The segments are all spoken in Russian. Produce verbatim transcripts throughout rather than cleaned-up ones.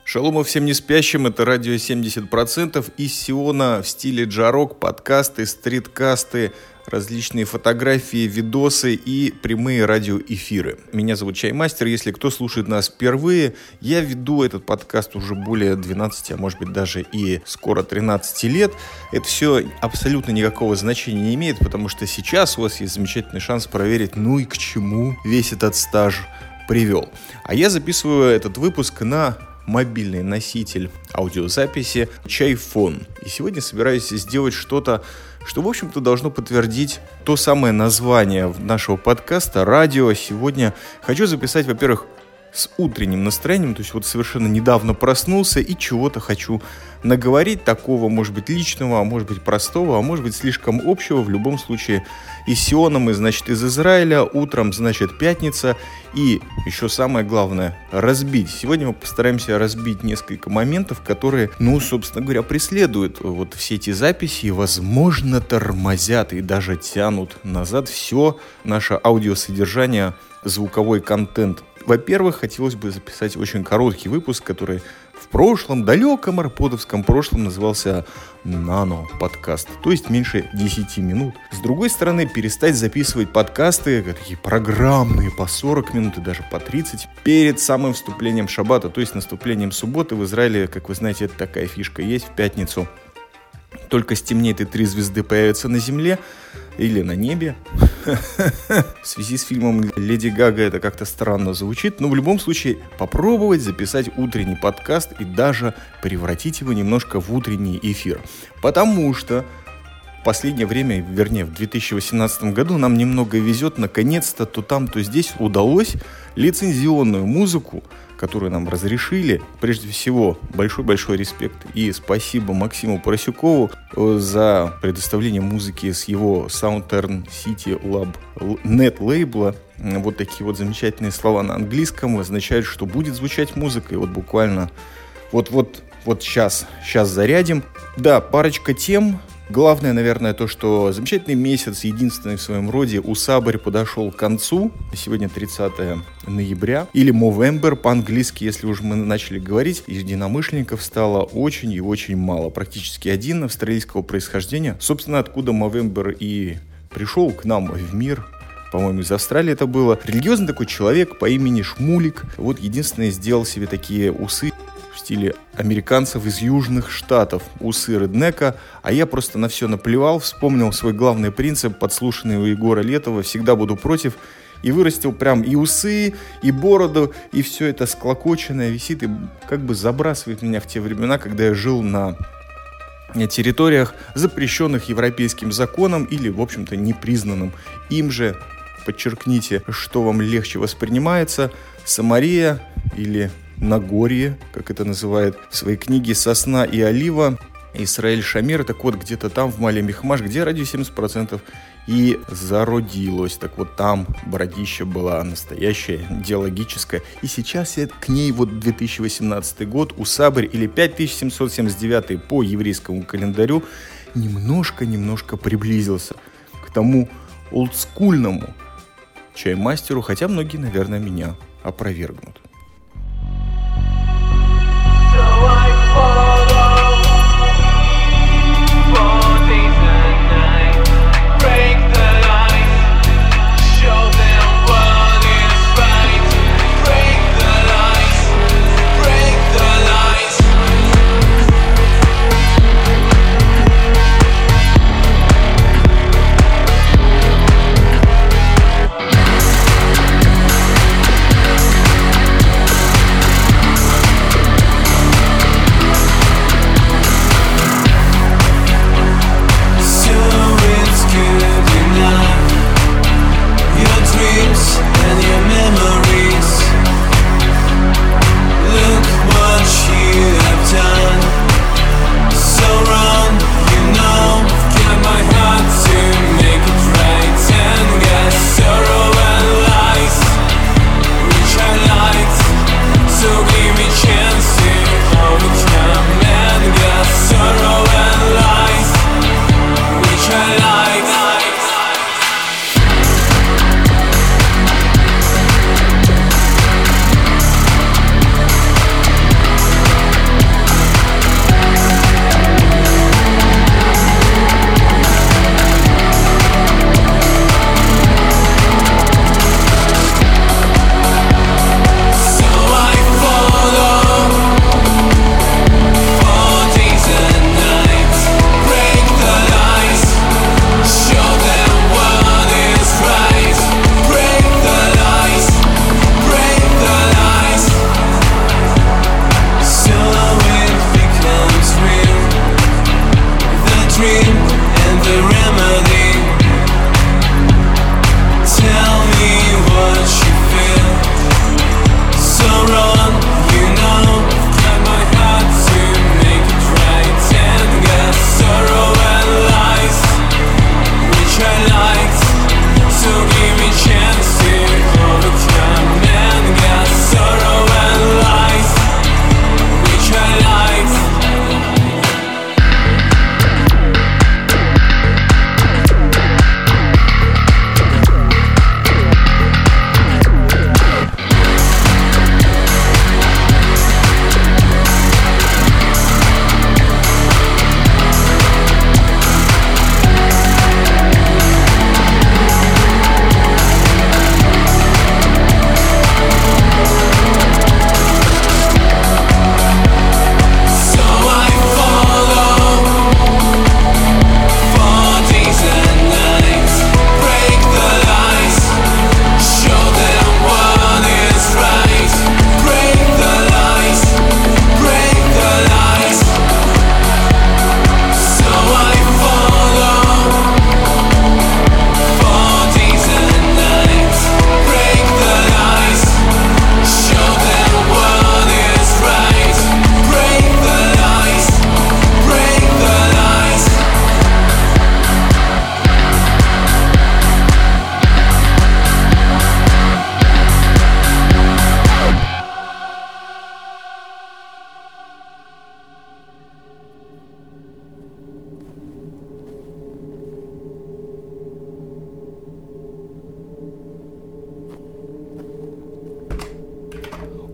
Шалом всем не спящим, это радио семьдесят процентов из Сиона в стиле джарок, подкасты, стриткасты, различные фотографии, видосы и прямые радиоэфиры. Меня зовут Чаймастер, если кто слушает нас впервые, я веду этот подкаст уже более двенадцати, а может быть даже и скоро тринадцати лет. Это все абсолютно никакого значения не имеет, потому что сейчас у вас есть замечательный шанс проверить, ну и к чему весь этот стаж привел. А я записываю этот выпуск на мобильный носитель аудиозаписи Чайфон. И сегодня собираюсь сделать что-то, что, в общем-то, должно подтвердить то самое название нашего подкаста «Радио». Сегодня хочу записать, во-первых, с утренним настроением, то есть вот совершенно недавно проснулся и чего-то хочу наговорить такого, может быть, личного, а может быть, простого, а может быть, слишком общего. В любом случае, из Сиона мы, значит, из Израиля, утром, значит, пятница, и еще самое главное, разбить. Сегодня мы постараемся разбить несколько моментов, которые, ну, собственно говоря, преследуют вот все эти записи и, возможно, тормозят и даже тянут назад все наше аудиосодержание, звуковой контент. Во-первых, хотелось бы записать очень короткий выпуск, который в прошлом, далеком арподовском прошлом назывался «Нано-подкаст», то есть меньше десяти минут. С другой стороны, перестать записывать подкасты, такие программные, по сорок минут и даже по тридцать, перед самым вступлением шаббата, то есть наступлением субботы. В Израиле, как вы знаете, это такая фишка есть, в пятницу только стемнеет и три звезды появятся на земле или на небе. В связи с фильмом «Леди Гага» это как-то странно звучит, но в любом случае попробовать записать утренний подкаст и даже превратить его немножко в утренний эфир. Потому что в последнее время, вернее в две тысячи восемнадцатом году нам немного везет, наконец-то то там, то здесь удалось лицензионную музыку, которую нам разрешили. Прежде всего, большой-большой респект и спасибо Максиму Поросюкову за предоставление музыки с его Southern City Lab нет лейбла. Вот такие вот замечательные слова на английском означают, что будет звучать музыка. И вот буквально вот-вот вот сейчас, сейчас зарядим. Да, парочка тем. Главное, наверное, то, что замечательный месяц, единственный в своем роде, Усабрь подошел к концу. Сегодня тридцатое ноября, или Movember по-английски, если уж мы начали говорить. Единомышленников стало очень и очень мало. Практически один австралийского происхождения. Собственно, откуда Movember и пришел к нам в мир. По-моему, из Австралии это было. Религиозный такой человек по имени Шмулик. Вот единственный сделал себе такие усы в стиле американцев из южных штатов, усы реднека, а я просто на все наплевал, вспомнил свой главный принцип, подслушанный у Егора Летова: всегда буду против, и вырастил прям и усы, и бороду, и все это склокоченное висит и как бы забрасывает меня в те времена, когда я жил на территориях, запрещенных европейским законом или, в общем-то, непризнанным им же. Подчеркните, что вам легче воспринимается: Самария или Нагорье, как это называет в своей книге «Сосна и олива» Исраэль Шамир. Так вот, где-то там, в Мале-Михмаш, где радио семьдесят процентов и зародилось. Так вот, там бородища была настоящая, диалогическая. И сейчас я к ней, вот две тысячи восемнадцатый год, Усабрь, или пять тысяч семьсот семьдесят девятый по еврейскому календарю, немножко-немножко приблизился к тому олдскульному Чаймастеру, хотя многие, наверное, меня опровергнут.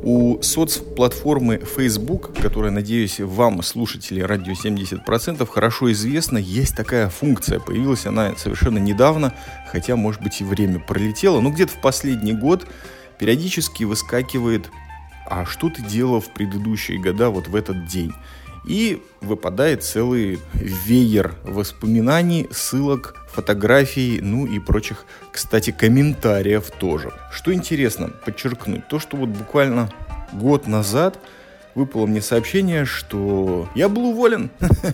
У соцплатформы Facebook, которая, надеюсь, вам, слушатели радио семьдесят процентов, хорошо известна, есть такая функция. Появилась она совершенно недавно, хотя, может быть, и время пролетело. Но где-то в последний год периодически выскакивает: а что ты делал в предыдущие года вот в этот день? И выпадает целый веер воспоминаний, ссылок, фотографий, ну и прочих, кстати, комментариев тоже. Что интересно подчеркнуть, то, что вот буквально год назад выпало мне сообщение, что я был уволен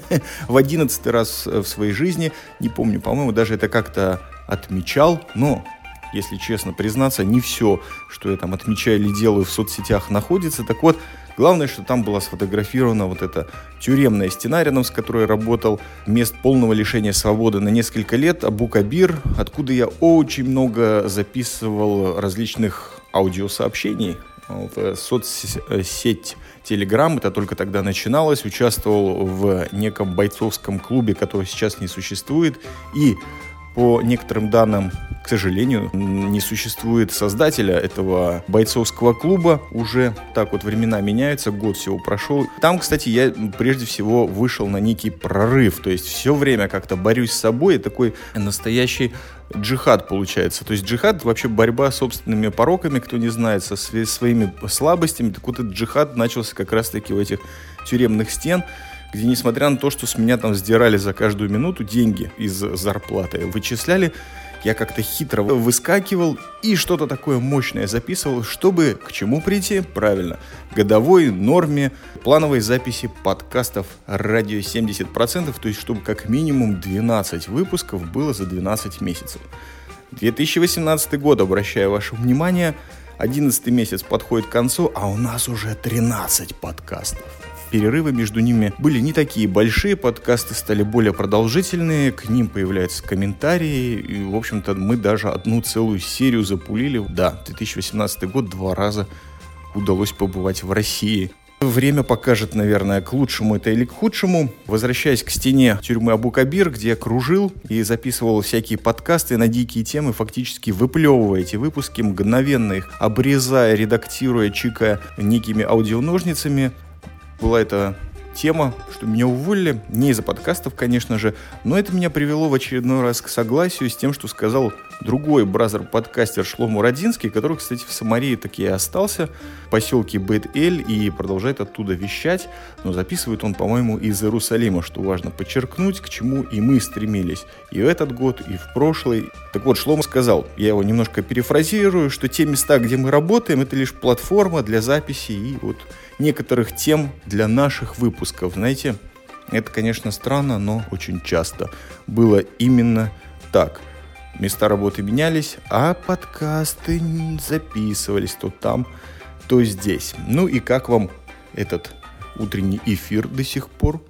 в одиннадцатый раз в своей жизни. Не помню, по-моему, даже это как-то отмечал, но, если честно признаться, не все, что я там отмечаю или делаю в соцсетях, находится. Так вот, главное, что там была сфотографирована вот эта тюремная стена, рядом с которой работал, мест полного лишения свободы на несколько лет, Абу-Кабир, откуда я очень много записывал различных аудиосообщений в соцсеть Telegram. Это только тогда начиналось. Участвовал в неком бойцовском клубе, который сейчас не существует. И по некоторым данным, к сожалению, не существует создателя этого бойцовского клуба. Уже так вот времена меняются, год всего прошел. Там, кстати, я прежде всего вышел на некий прорыв. То есть все время как-то борюсь с собой. И такой настоящий джихад получается. То есть джихад — это вообще борьба с собственными пороками, кто не знает, со своими слабостями. Так вот этот джихад начался как раз-таки у этих тюремных стен, где, несмотря на то, что с меня там сдирали за каждую минуту деньги из зарплаты, вычисляли, я как-то хитро выскакивал и что-то такое мощное записывал, чтобы к чему прийти? Правильно, годовой норме плановой записи подкастов радио семьдесят процентов, то есть чтобы как минимум двенадцать выпусков было за двенадцать месяцев. две тысячи восемнадцатый год, обращаю ваше внимание, одиннадцатый месяц подходит к концу, а у нас уже тринадцать подкастов. Перерывы между ними были не такие большие, подкасты стали более продолжительные, к ним появляются комментарии, и, в общем-то, мы даже одну целую серию запулили. Да, две тысячи восемнадцатый год, два раза удалось побывать в России. Время покажет, наверное, к лучшему это или к худшему. Возвращаясь к стене тюрьмы Абу-Кабир, где я кружил и записывал всякие подкасты на дикие темы, фактически выплевывая эти выпуски, мгновенно их обрезая, редактируя, чикая некими аудионожницами. Была эта тема, что меня уволили, не из-за подкастов, конечно же, но это меня привело в очередной раз к согласию с тем, что сказал другой бразер-подкастер Шломо Родзинский, который, кстати, в Самарии таки и остался, в поселке Бейт-Эль, и продолжает оттуда вещать, но записывает он, по-моему, из Иерусалима, что важно подчеркнуть, к чему и мы стремились и в этот год, и в прошлый. Так вот, Шломо сказал, я его немножко перефразирую, что те места, где мы работаем, это лишь платформа для записи и вот некоторых тем для наших выпусков. Знаете, это, конечно, странно, но очень часто было именно так. Места работы менялись, а подкасты записывались то там, то здесь. Ну и как вам этот утренний эфир до сих пор?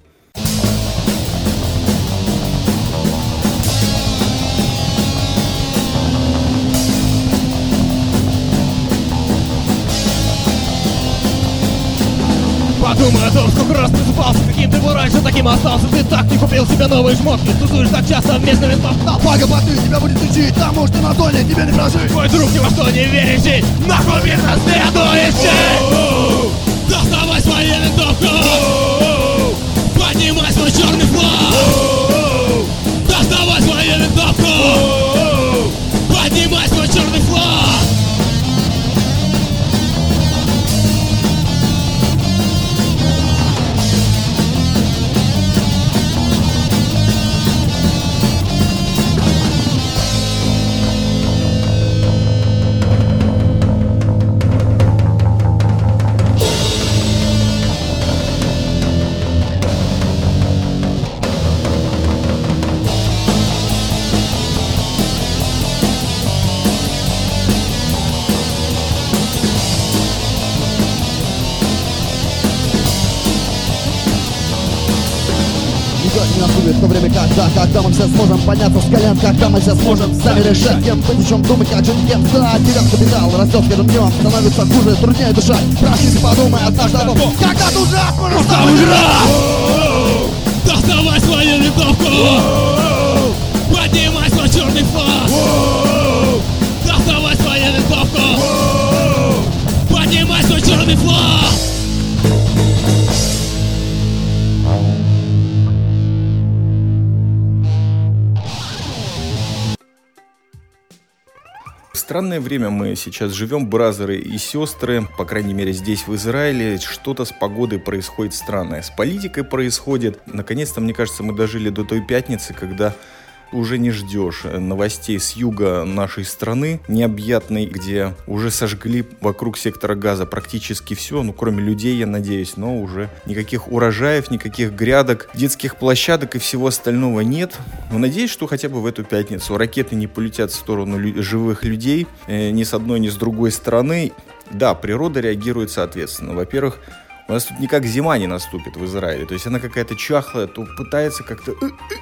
Подумай о том, сколько раз просыпался, каким ты был раньше, таким остался. Ты так не купил себе новые шмотки, тусуешь так часто вместо винтов. Толпа гопоты тебя будет лечить, потому что на доле тебе не прожить. Твой друг ни во что не верящий, нахуй видно следующий. Доставай свою винтовку, поднимай свой черный флаг. Доставай свою винтовку, поднимай свой черный флаг. Не наступит то время, когда, когда мы все сможем подняться с колен, когда мы все сможем сами решать, кем быть, о чем думать, как жить, кем стать. Тебя капитал растет с каждым днем, становится хуже, труднее дышать. Проснись и подумай однажды о том, когда ты уже сможешь стать. Доставай свою винтовку, поднимай свой черный флаг. Доставай свою винтовку, поднимай свой черный флаг. Странное время мы сейчас живем, бразеры и сестры, по крайней мере здесь в Израиле. Что-то с погодой происходит странное, с политикой происходит. Наконец-то, мне кажется, мы дожили до той пятницы, когда уже не ждешь новостей с юга нашей страны необъятной, где уже сожгли вокруг сектора Газа практически все, ну кроме людей, я надеюсь, но уже никаких урожаев, никаких грядок, детских площадок и всего остального нет. Но надеюсь, что хотя бы в эту пятницу ракеты не полетят в сторону лю- живых людей э, ни с одной, ни с другой стороны. Да, природа реагирует соответственно. Во-первых, у нас тут никак зима не наступит в Израиле, то есть она какая-то чахлая, то пытается как-то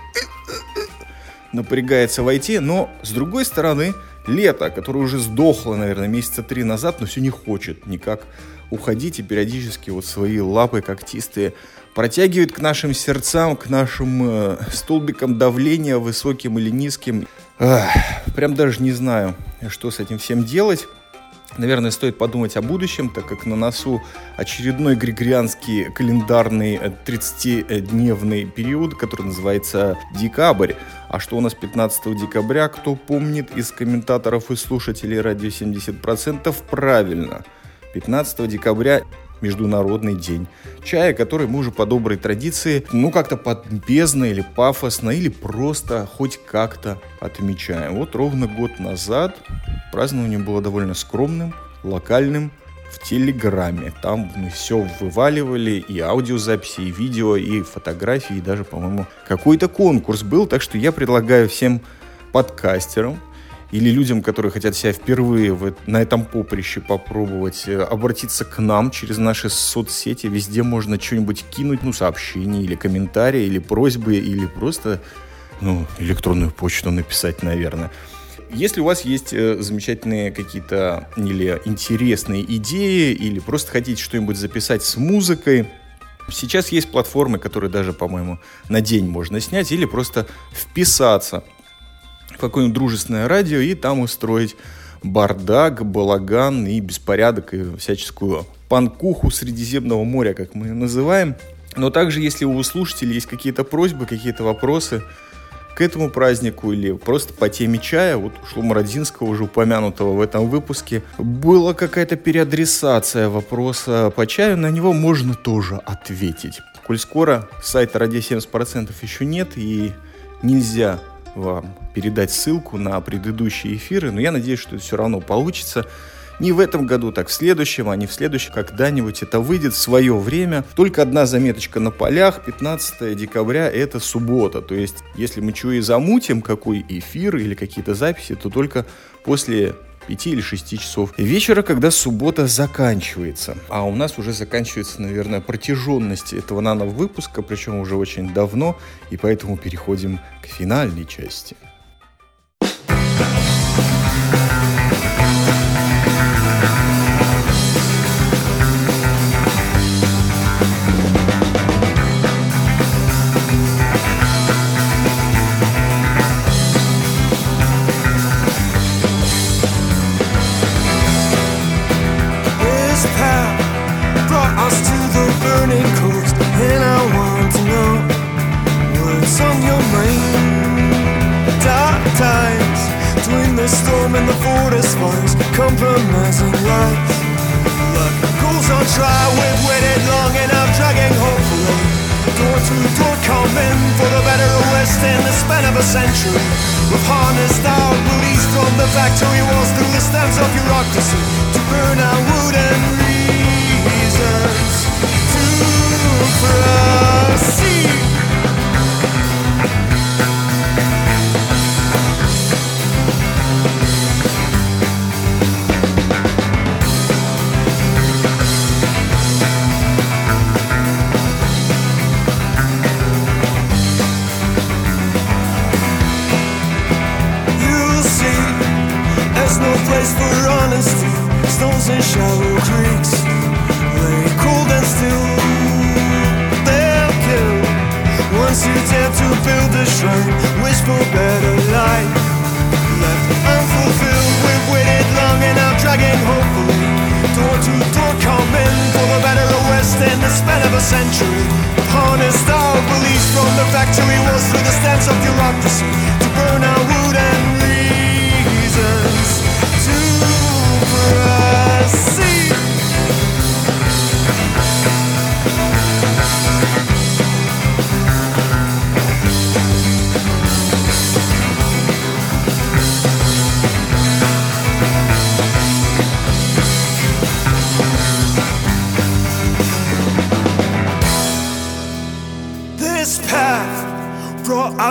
напрягается войти, но с другой стороны лето, которое уже сдохло, наверное, месяца три назад, но все не хочет никак уходить и периодически вот свои лапы когтистые протягивает к нашим сердцам, к нашим э, столбикам давления, высоким или низким. Ах, прям даже не знаю, что с этим всем делать. Наверное, стоит подумать о будущем, так как на носу очередной григорианский календарный тридцатидневный период, который называется декабрь. А что у нас пятнадцатого декабря, кто помнит из комментаторов и слушателей радио семьдесят процентов, правильно. пятнадцатого декабря Международный день чая, который мы уже по доброй традиции, ну как-то помпезно или пафосно, или просто хоть как-то отмечаем. Вот ровно год назад празднование было довольно скромным, локальным, в Телеграме. Там мы все вываливали, и аудиозаписи, и видео, и фотографии, и даже, по-моему, какой-то конкурс был. Так что я предлагаю всем подкастерам или людям, которые хотят себя впервые в, на этом поприще попробовать, обратиться к нам через наши соцсети. Везде можно что-нибудь кинуть, ну, сообщение, или комментарии, или просьбы, или просто, ну, электронную почту написать, наверное. Если у вас есть э, замечательные какие-то или интересные идеи, или просто хотите что-нибудь записать с музыкой, сейчас есть платформы, которые даже, по-моему, на день можно снять, или просто вписаться в какое-нибудь дружественное радио и там устроить бардак, балаган и беспорядок, и всяческую панкуху Средиземного моря, как мы ее называем. Но также, если у слушателей есть какие-то просьбы, какие-то вопросы к этому празднику или просто по теме чая, вот у Шломо Родзинского, уже упомянутого в этом выпуске, была какая-то переадресация вопроса по чаю, на него можно тоже ответить. Коль скоро сайта радио семьдесят процентов еще нет и нельзя вам передать ссылку на предыдущие эфиры, но я надеюсь, что это все равно получится. Не в этом году, так в следующем, а не в следующем. Когда-нибудь это выйдет в свое время. Только одна заметочка на полях. пятнадцатого декабря это суббота. То есть, если мы что и замутим, какой эфир или какие-то записи, то только после пяти или шести часов вечера, когда суббота заканчивается. А у нас уже заканчивается, наверное, протяженность этого нано-выпуска, причем уже очень давно, и поэтому переходим к финальной части. Compromising life. Luck goes on try, we've waited long enough, dragging hopefully. Door to door coming for the better or worse in the span of a century. We've harnessed our release from the factory walls through the stems of bureaucracy to burn our wooden reasons to proceed. Place for honesty, stones and shallow creeks lay cold and still. They'll kill once you dare to build a shrine, wish for better life. Left unfulfilled, we've waited long enough, dragging hopefully. Door to door coming for the better or worse in the span of a century. Harnessed our beliefs from the factory walls through the stems of bureaucracy to burn our wood and reasons to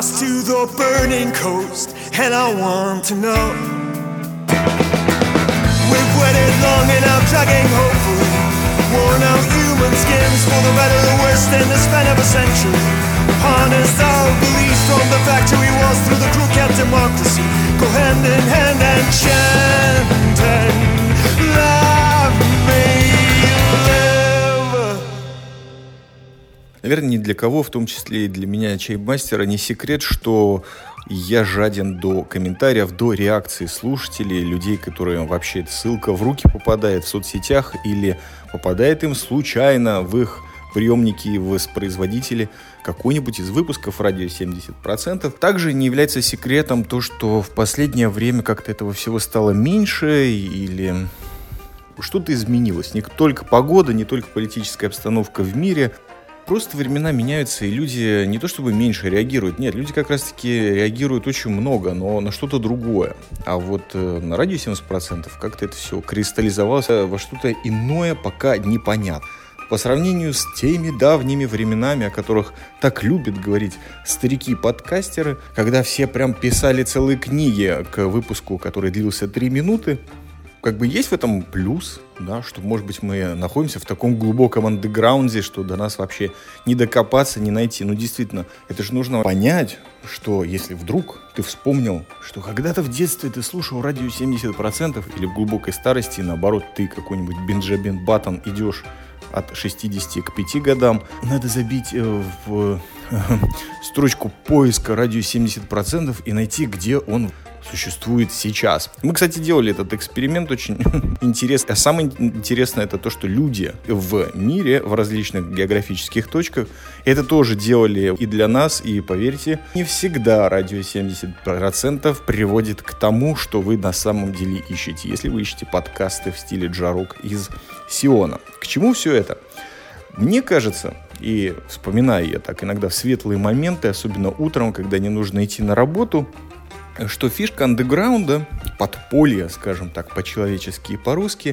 lost to the burning coast, and I want to know. We've waited long enough, dragging hopefully worn out human skins for the better, the worst in the span of a century. Harnessed our beliefs from the factory walls through the crooked democracy. Go hand in hand and chant and love me live. Наверное, ни для кого, в том числе и для меня, чаймастера, не секрет, что я жаден до комментариев, до реакции слушателей, людей, которым вообще эта ссылка в руки попадает в соцсетях или попадает им случайно в их приемники и воспроизводители какой-нибудь из выпусков радио семьдесят процентов. Также не является секретом то, что в последнее время как-то этого всего стало меньше или что-то изменилось. Не только погода, не только политическая обстановка в мире. Просто времена меняются, и люди не то чтобы меньше реагируют. Нет, люди как раз-таки реагируют очень много, но на что-то другое. А вот э, на радио семьдесят процентов как-то это все кристаллизовалось во что-то иное, пока непонятно. По сравнению с теми давними временами, о которых так любят говорить старики-подкастеры, когда все прям писали целые книги к выпуску, который длился три минуты, как бы есть в этом плюс, да, что, может быть, мы находимся в таком глубоком андеграунде, что до нас вообще не докопаться, не найти. Ну, действительно, это же нужно понять, что если вдруг ты вспомнил, что когда-то в детстве ты слушал радио семьдесят процентов или в глубокой старости, наоборот, ты какой-нибудь Бенджамин Баттон идешь от шестидесяти к пяти годам, надо забить в строчку поиска радио семьдесят процентов и найти, где он существует сейчас. Мы, кстати, делали этот эксперимент очень интересный. А самое интересное это то, что люди в мире, в различных географических точках, это тоже делали и для нас, и, поверьте, не всегда радио семьдесят процентов приводит к тому, что вы на самом деле ищете, если вы ищете подкасты в стиле джарок из Сиона. К чему все это? Мне кажется, и вспоминаю я так иногда в светлые моменты, особенно утром, когда не нужно идти на работу, что фишка андеграунда, подполья, скажем так, по-человечески и по-русски,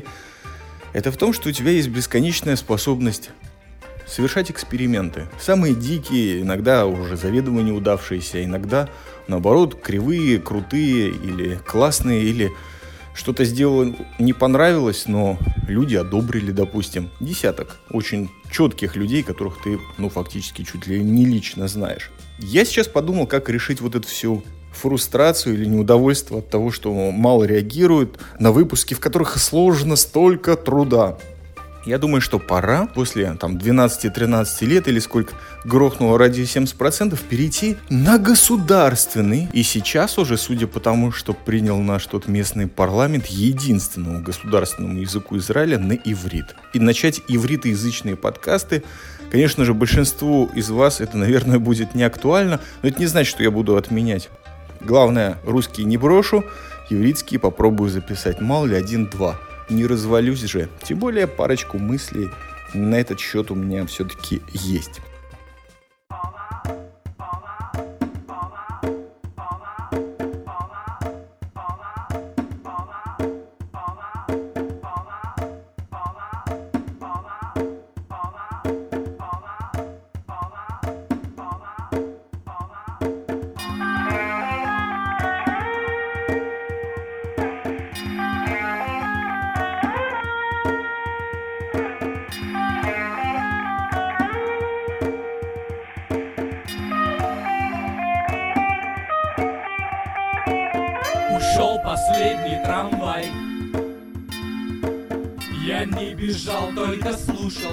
это в том, что у тебя есть бесконечная способность совершать эксперименты. Самые дикие, иногда уже заведомо неудавшиеся, иногда, наоборот, кривые, крутые или классные, или что-то сделано не понравилось, но люди одобрили, допустим. Десяток очень четких людей, которых ты, ну, фактически чуть ли не лично знаешь. Я сейчас подумал, как решить вот эту всю фрустрацию или неудовольствие от того, что мало реагируют на выпуски, в которых сложно столько труда. Я думаю, что пора после там, двенадцати-тринадцати лет или сколько грохнуло радио семьдесят процентов перейти на государственный. И сейчас уже, судя по тому, что принял наш тот местный парламент, единственному государственному языку Израиля на иврит. И начать ивритоязычные подкасты. Конечно же, большинству из вас это, наверное, будет не актуально, но это не значит, что я буду отменять. Главное, русский не брошу, ивритский попробую записать, мало ли один-два. Не развалюсь же. Тем более парочку мыслей на этот счет у меня все-таки есть. Ушел последний трамвай. Я не бежал, только слушал.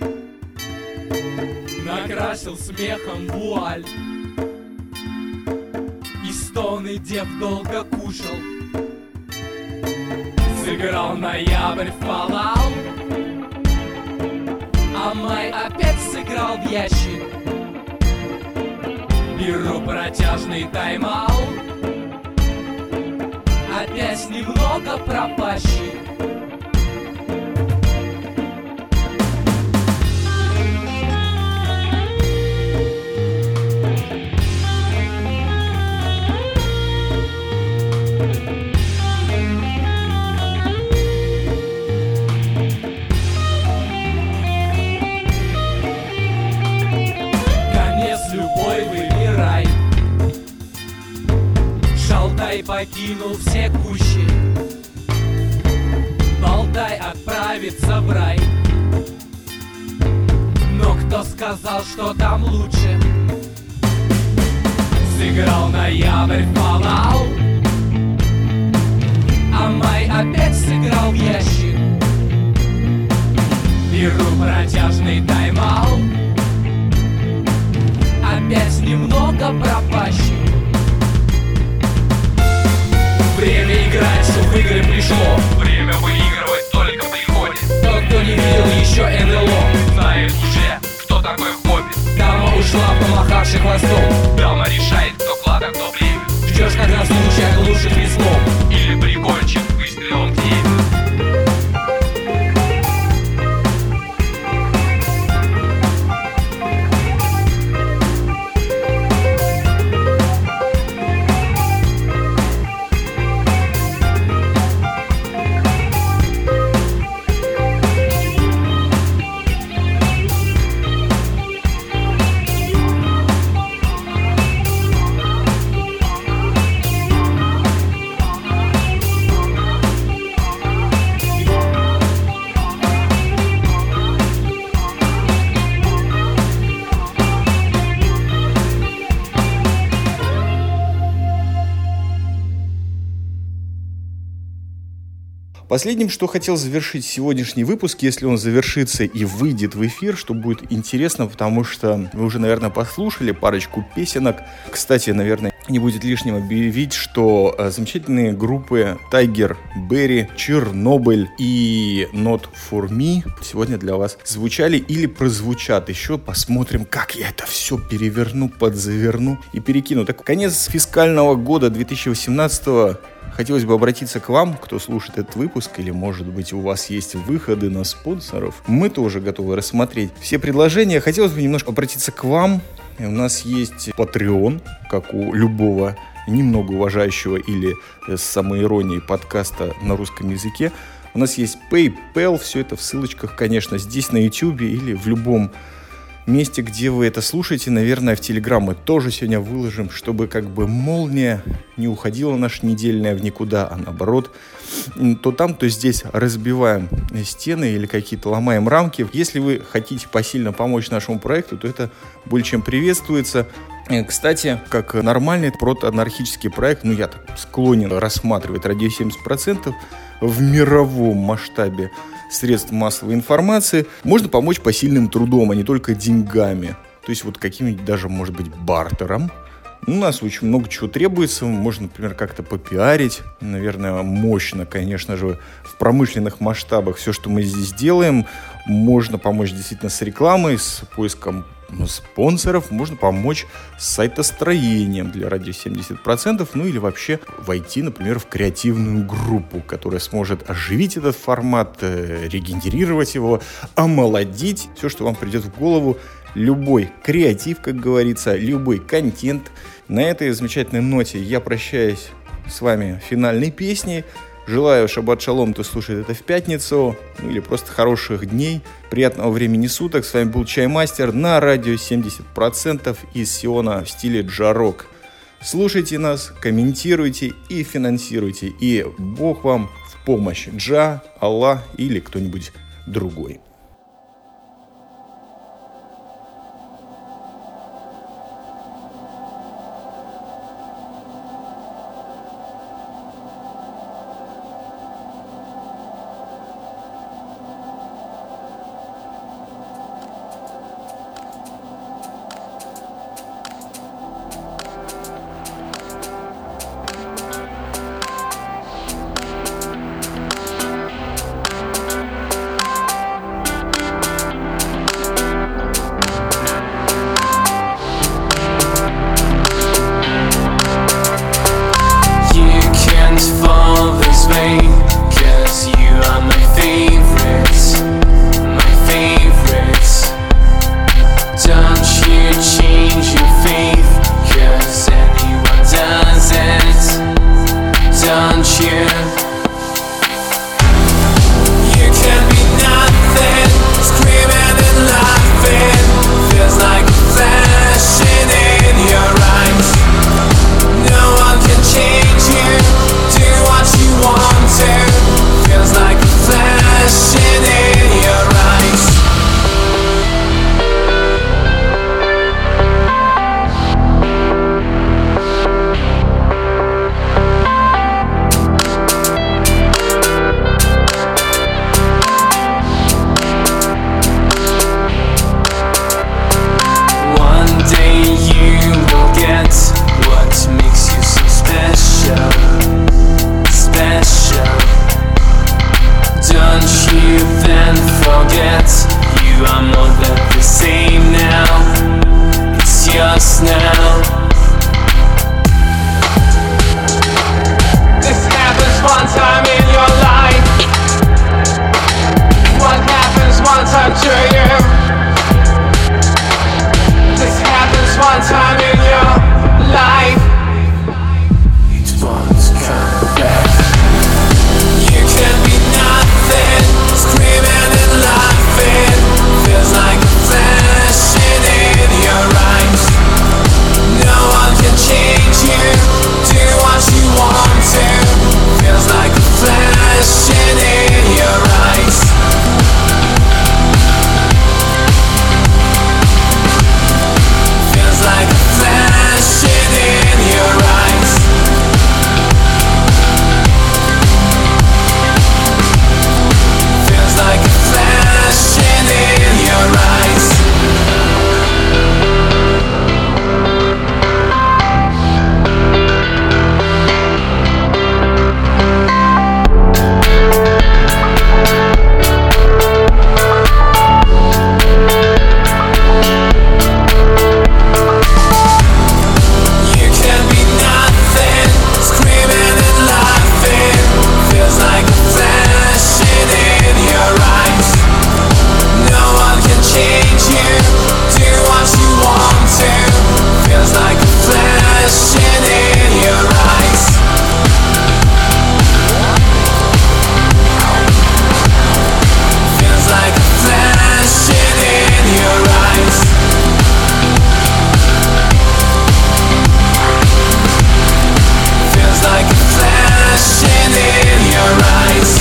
Накрасил смехом вуаль. И стоны дев долго кушал. Сыграл ноябрь в Fallout, а май опять сыграл в ящик. Беру протяжный тайм-аут. Опять немного пропащий. Конец любой выбирай. покинул все кущи. Болтай отправится в рай. Но кто сказал, что там лучше? Сыграл ноябрь Fallout, а май опять сыграл в ящик. Беру протяжный тайм-аут, опять немного пропащий. Время играть, что в игры пришло. Время выигрывать только приходит. Тот, кто не видел еще эн эл о, знает уже, что такое хобби. Дама ушла, помахавши хвостом. Дама решает, кто клад, а кто племя. Ждешь, когда случай оглушит веслом. Или прикончит выстрелом в небе. Последним, что хотел завершить сегодняшний выпуск, если он завершится и выйдет в эфир, что будет интересно, потому что вы уже, наверное, послушали парочку песенок. Кстати, наверное, не будет лишним объявить, что замечательные группы Tiger Berry, Чернобыль и Not For Me сегодня для вас звучали или прозвучат. Еще посмотрим, как я это все переверну, подзаверну и перекину. Так, конец фискального года две тысячи восемнадцатого. Хотелось бы обратиться к вам, кто слушает этот выпуск, или, может быть, у вас есть выходы на спонсоров. Мы тоже готовы рассмотреть все предложения. Хотелось бы немножко обратиться к вам. У нас есть Patreon, как у любого немного уважающего или с самоиронией подкаста на русском языке. У нас есть PayPal, все это в ссылочках, конечно, здесь на YouTube или в любом месте, где вы это слушаете. Наверное, в Telegram мы тоже сегодня выложим, чтобы как бы молния не уходила наша недельная в никуда, а наоборот, то там, то здесь разбиваем стены или какие-то ломаем рамки. Если вы хотите посильно помочь нашему проекту, то это более чем приветствуется. Кстати, как нормальный протоанархический проект, ну я так склонен рассматривать радио семьдесят процентов в мировом масштабе средств массовой информации, можно помочь посильным трудом, а не только деньгами. То есть вот каким-нибудь даже, может быть, бартером. У нас очень много чего требуется. Можно, например, как-то попиарить. Наверное, мощно, конечно же, в промышленных масштабах все, что мы здесь делаем. Можно помочь действительно с рекламой, с поиском спонсоров. Можно помочь с сайтостроением для радио семьдесят процентов. Ну или вообще войти, например, в креативную группу, которая сможет оживить этот формат, регенерировать его, омолодить. Все, что вам придет в голову. Любой креатив, как говорится, любой контент. На этой замечательной ноте я прощаюсь с вами финальной песней. Желаю шаббат шалом, кто слушает это в пятницу. Ну или просто хороших дней. Приятного времени суток. С вами был Чаймастер на радио семьдесят процентов из Сиона в стиле джарок. Слушайте нас, комментируйте и финансируйте. И Бог вам в помощь. Джа, Аллах или кто-нибудь другой. you, I'm not the same now. It's yours now. This happens one time in your life. What happens one time to you? This happens one time in your life. It won't come back. You can be nothing, screaming and laughing. Feels like a flashing in your eyes. No one can change you, do what you want to. Feels like a flashing in your eyes. Feels like a flashing in your eyes. Feels like a flashing in your eyes. You can be nothing, screaming and laughing. Feels like a flashing in your eyes. No one can change you, do what you want to. Feels like a flashing in your eyes. Feels like a flashing in your eyes. Feels like a flashing in your eyes.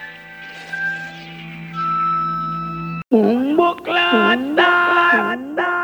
Un buclata.